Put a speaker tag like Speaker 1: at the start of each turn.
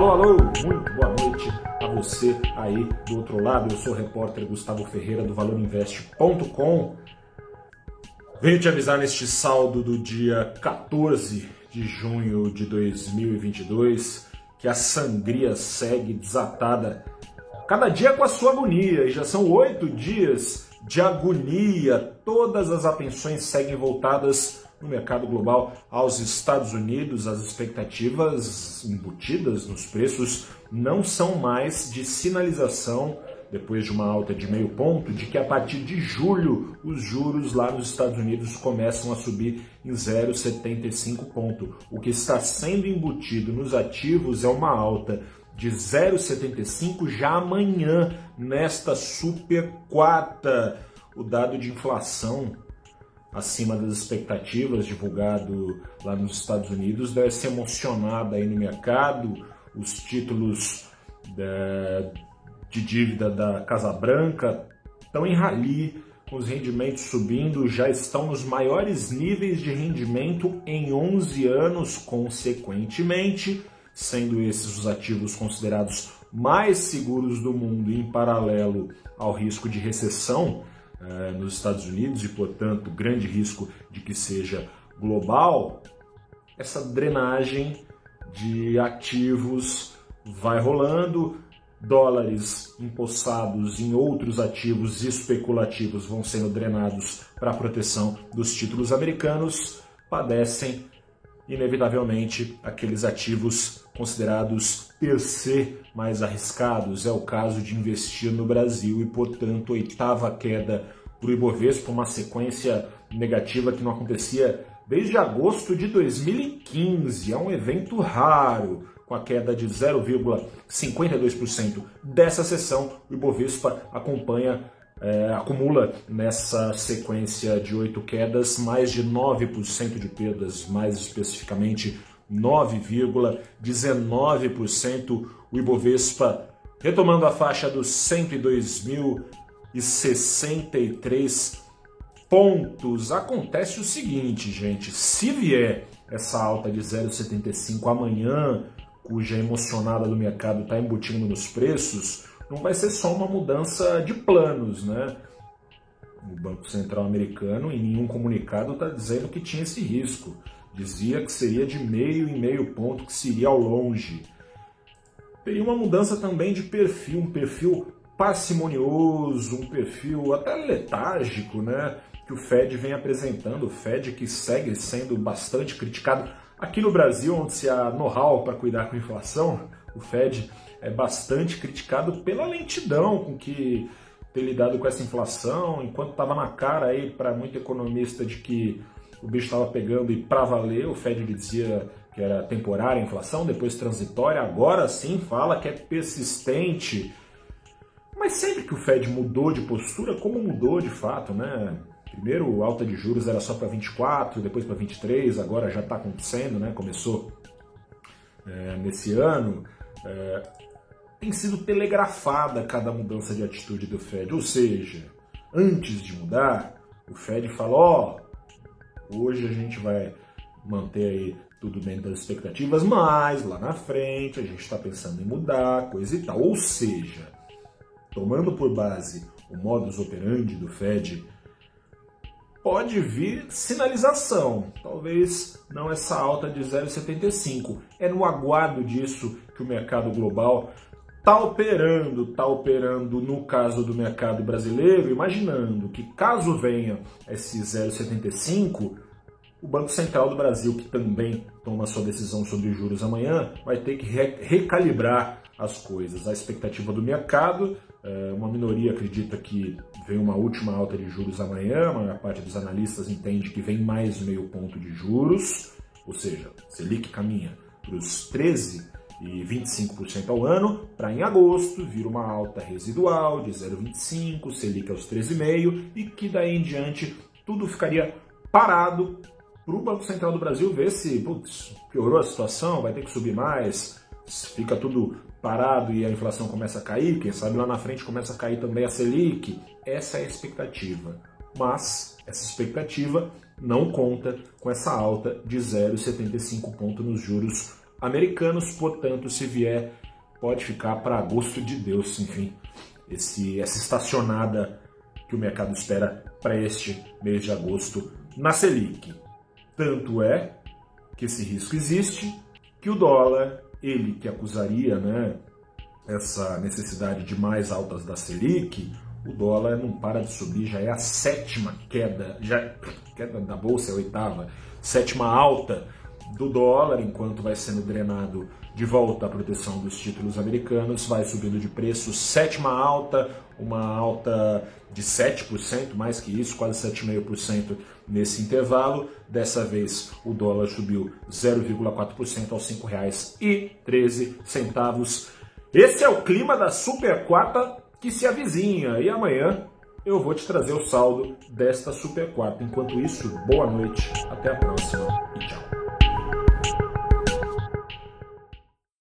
Speaker 1: Alô, alô, muito boa noite a você aí do outro lado. Eu sou o repórter Gustavo Ferreira do valorinvest.com. Venho te avisar neste saldo do dia 14 de junho de 2022 que a sangria segue desatada, cada dia com a sua agonia, e já são 8 dias de agonia. Todas as atenções seguem voltadas no mercado global aos Estados Unidos. As expectativas embutidas nos preços não são mais de sinalização, depois de uma alta de 0,5 ponto, de que a partir de julho os juros lá nos Estados Unidos começam a subir em 0,75 ponto. O que está sendo embutido nos ativos é uma alta de 0,75 já amanhã, nesta super quarta. O dado de inflação acima das expectativas divulgado lá nos Estados Unidos deve ser emocionado aí no mercado. Os títulos de dívida da Casa Branca estão em rally, com os rendimentos subindo, já estão nos maiores níveis de rendimento em 11 anos consequentemente, sendo esses os ativos considerados mais seguros do mundo, em paralelo ao risco de recessão nos Estados Unidos e, portanto, grande risco de que seja global. Essa drenagem de ativos vai rolando, dólares empossados em outros ativos especulativos vão sendo drenados para a proteção dos títulos americanos, padecem inevitavelmente aqueles ativos considerados per se mais arriscados. É o caso de investir no Brasil e, portanto, 8ª queda para o Ibovespa, uma sequência negativa que não acontecia desde agosto de 2015. É um evento raro. Com a queda de 0,52% dessa sessão, o Ibovespa acumula nessa sequência de 8 quedas mais de 9% de perdas, mais especificamente 9,19%. O Ibovespa retomando a faixa dos 102.063 pontos. Acontece o seguinte, gente, se vier essa alta de 0,75 amanhã, cuja emocionada do mercado está embutindo nos preços, não vai ser só uma mudança de planos, né? O Banco Central americano, em nenhum comunicado, está dizendo que tinha esse risco. Dizia que seria de 0,5 ponto, que se iria ao longe. Teria uma mudança também de perfil, um perfil parcimonioso, um perfil até letárgico, né? Que o Fed vem apresentando, o Fed que segue sendo bastante criticado. Aqui no Brasil, onde se há know-how para cuidar com a inflação, o Fed é bastante criticado pela lentidão com que tem lidado com essa inflação, enquanto estava na cara aí para muito economista de que o bicho estava pegando e para valer. O Fed dizia que era temporária a inflação, depois transitória, agora sim fala que é persistente. Mas sempre que o Fed mudou de postura, como mudou de fato, né? Primeiro, alta de juros era só para 24, depois para 23, agora já está acontecendo, né? Começou nesse ano. Tem sido telegrafada cada mudança de atitude do Fed, ou seja, antes de mudar, o Fed fala, hoje a gente vai manter aí tudo dentro das expectativas, mas lá na frente a gente está pensando em mudar, coisa e tal. Ou seja, tomando por base o modus operandi do Fed, pode vir sinalização, talvez não essa alta de 0,75. É no aguardo disso que o mercado global está operando no caso do mercado brasileiro, imaginando que caso venha esse 0,75, o Banco Central do Brasil, que também toma sua decisão sobre juros amanhã, vai ter que recalibrar as coisas. A expectativa do mercado, uma minoria acredita que vem uma última alta de juros amanhã, a maior parte dos analistas entende que vem mais 0,5 ponto de juros, ou seja, Selic caminha para os 13,25% ao ano, para em agosto vir uma alta residual de 0,25, Selic aos 13,5%, e que daí em diante tudo ficaria parado para o Banco Central do Brasil ver se piorou a situação, vai ter que subir mais, fica tudo parado e a inflação começa a cair, quem sabe lá na frente começa a cair também a Selic. Essa é a expectativa, mas essa expectativa não conta com essa alta de 0,75 ponto nos juros americanos, portanto, se vier, pode ficar para gosto de Deus, enfim, essa estacionada que o mercado espera para este mês de agosto na Selic. Tanto é que esse risco existe, que o dólar, ele que acusaria, né, essa necessidade de mais altas da Selic, o dólar não para de subir, já é a sétima queda, queda da bolsa é a oitava, sétima alta do dólar, enquanto vai sendo drenado de volta a proteção dos títulos americanos, vai subindo de preço, sétima alta, uma alta de 7%, mais que isso, quase 7,5% nesse intervalo. Dessa vez o dólar subiu 0,4% aos R$ 5,13. Esse é o clima da super quarta que se avizinha, e amanhã eu vou te trazer o saldo desta super quarta. Enquanto isso, boa noite, até a próxima e tchau.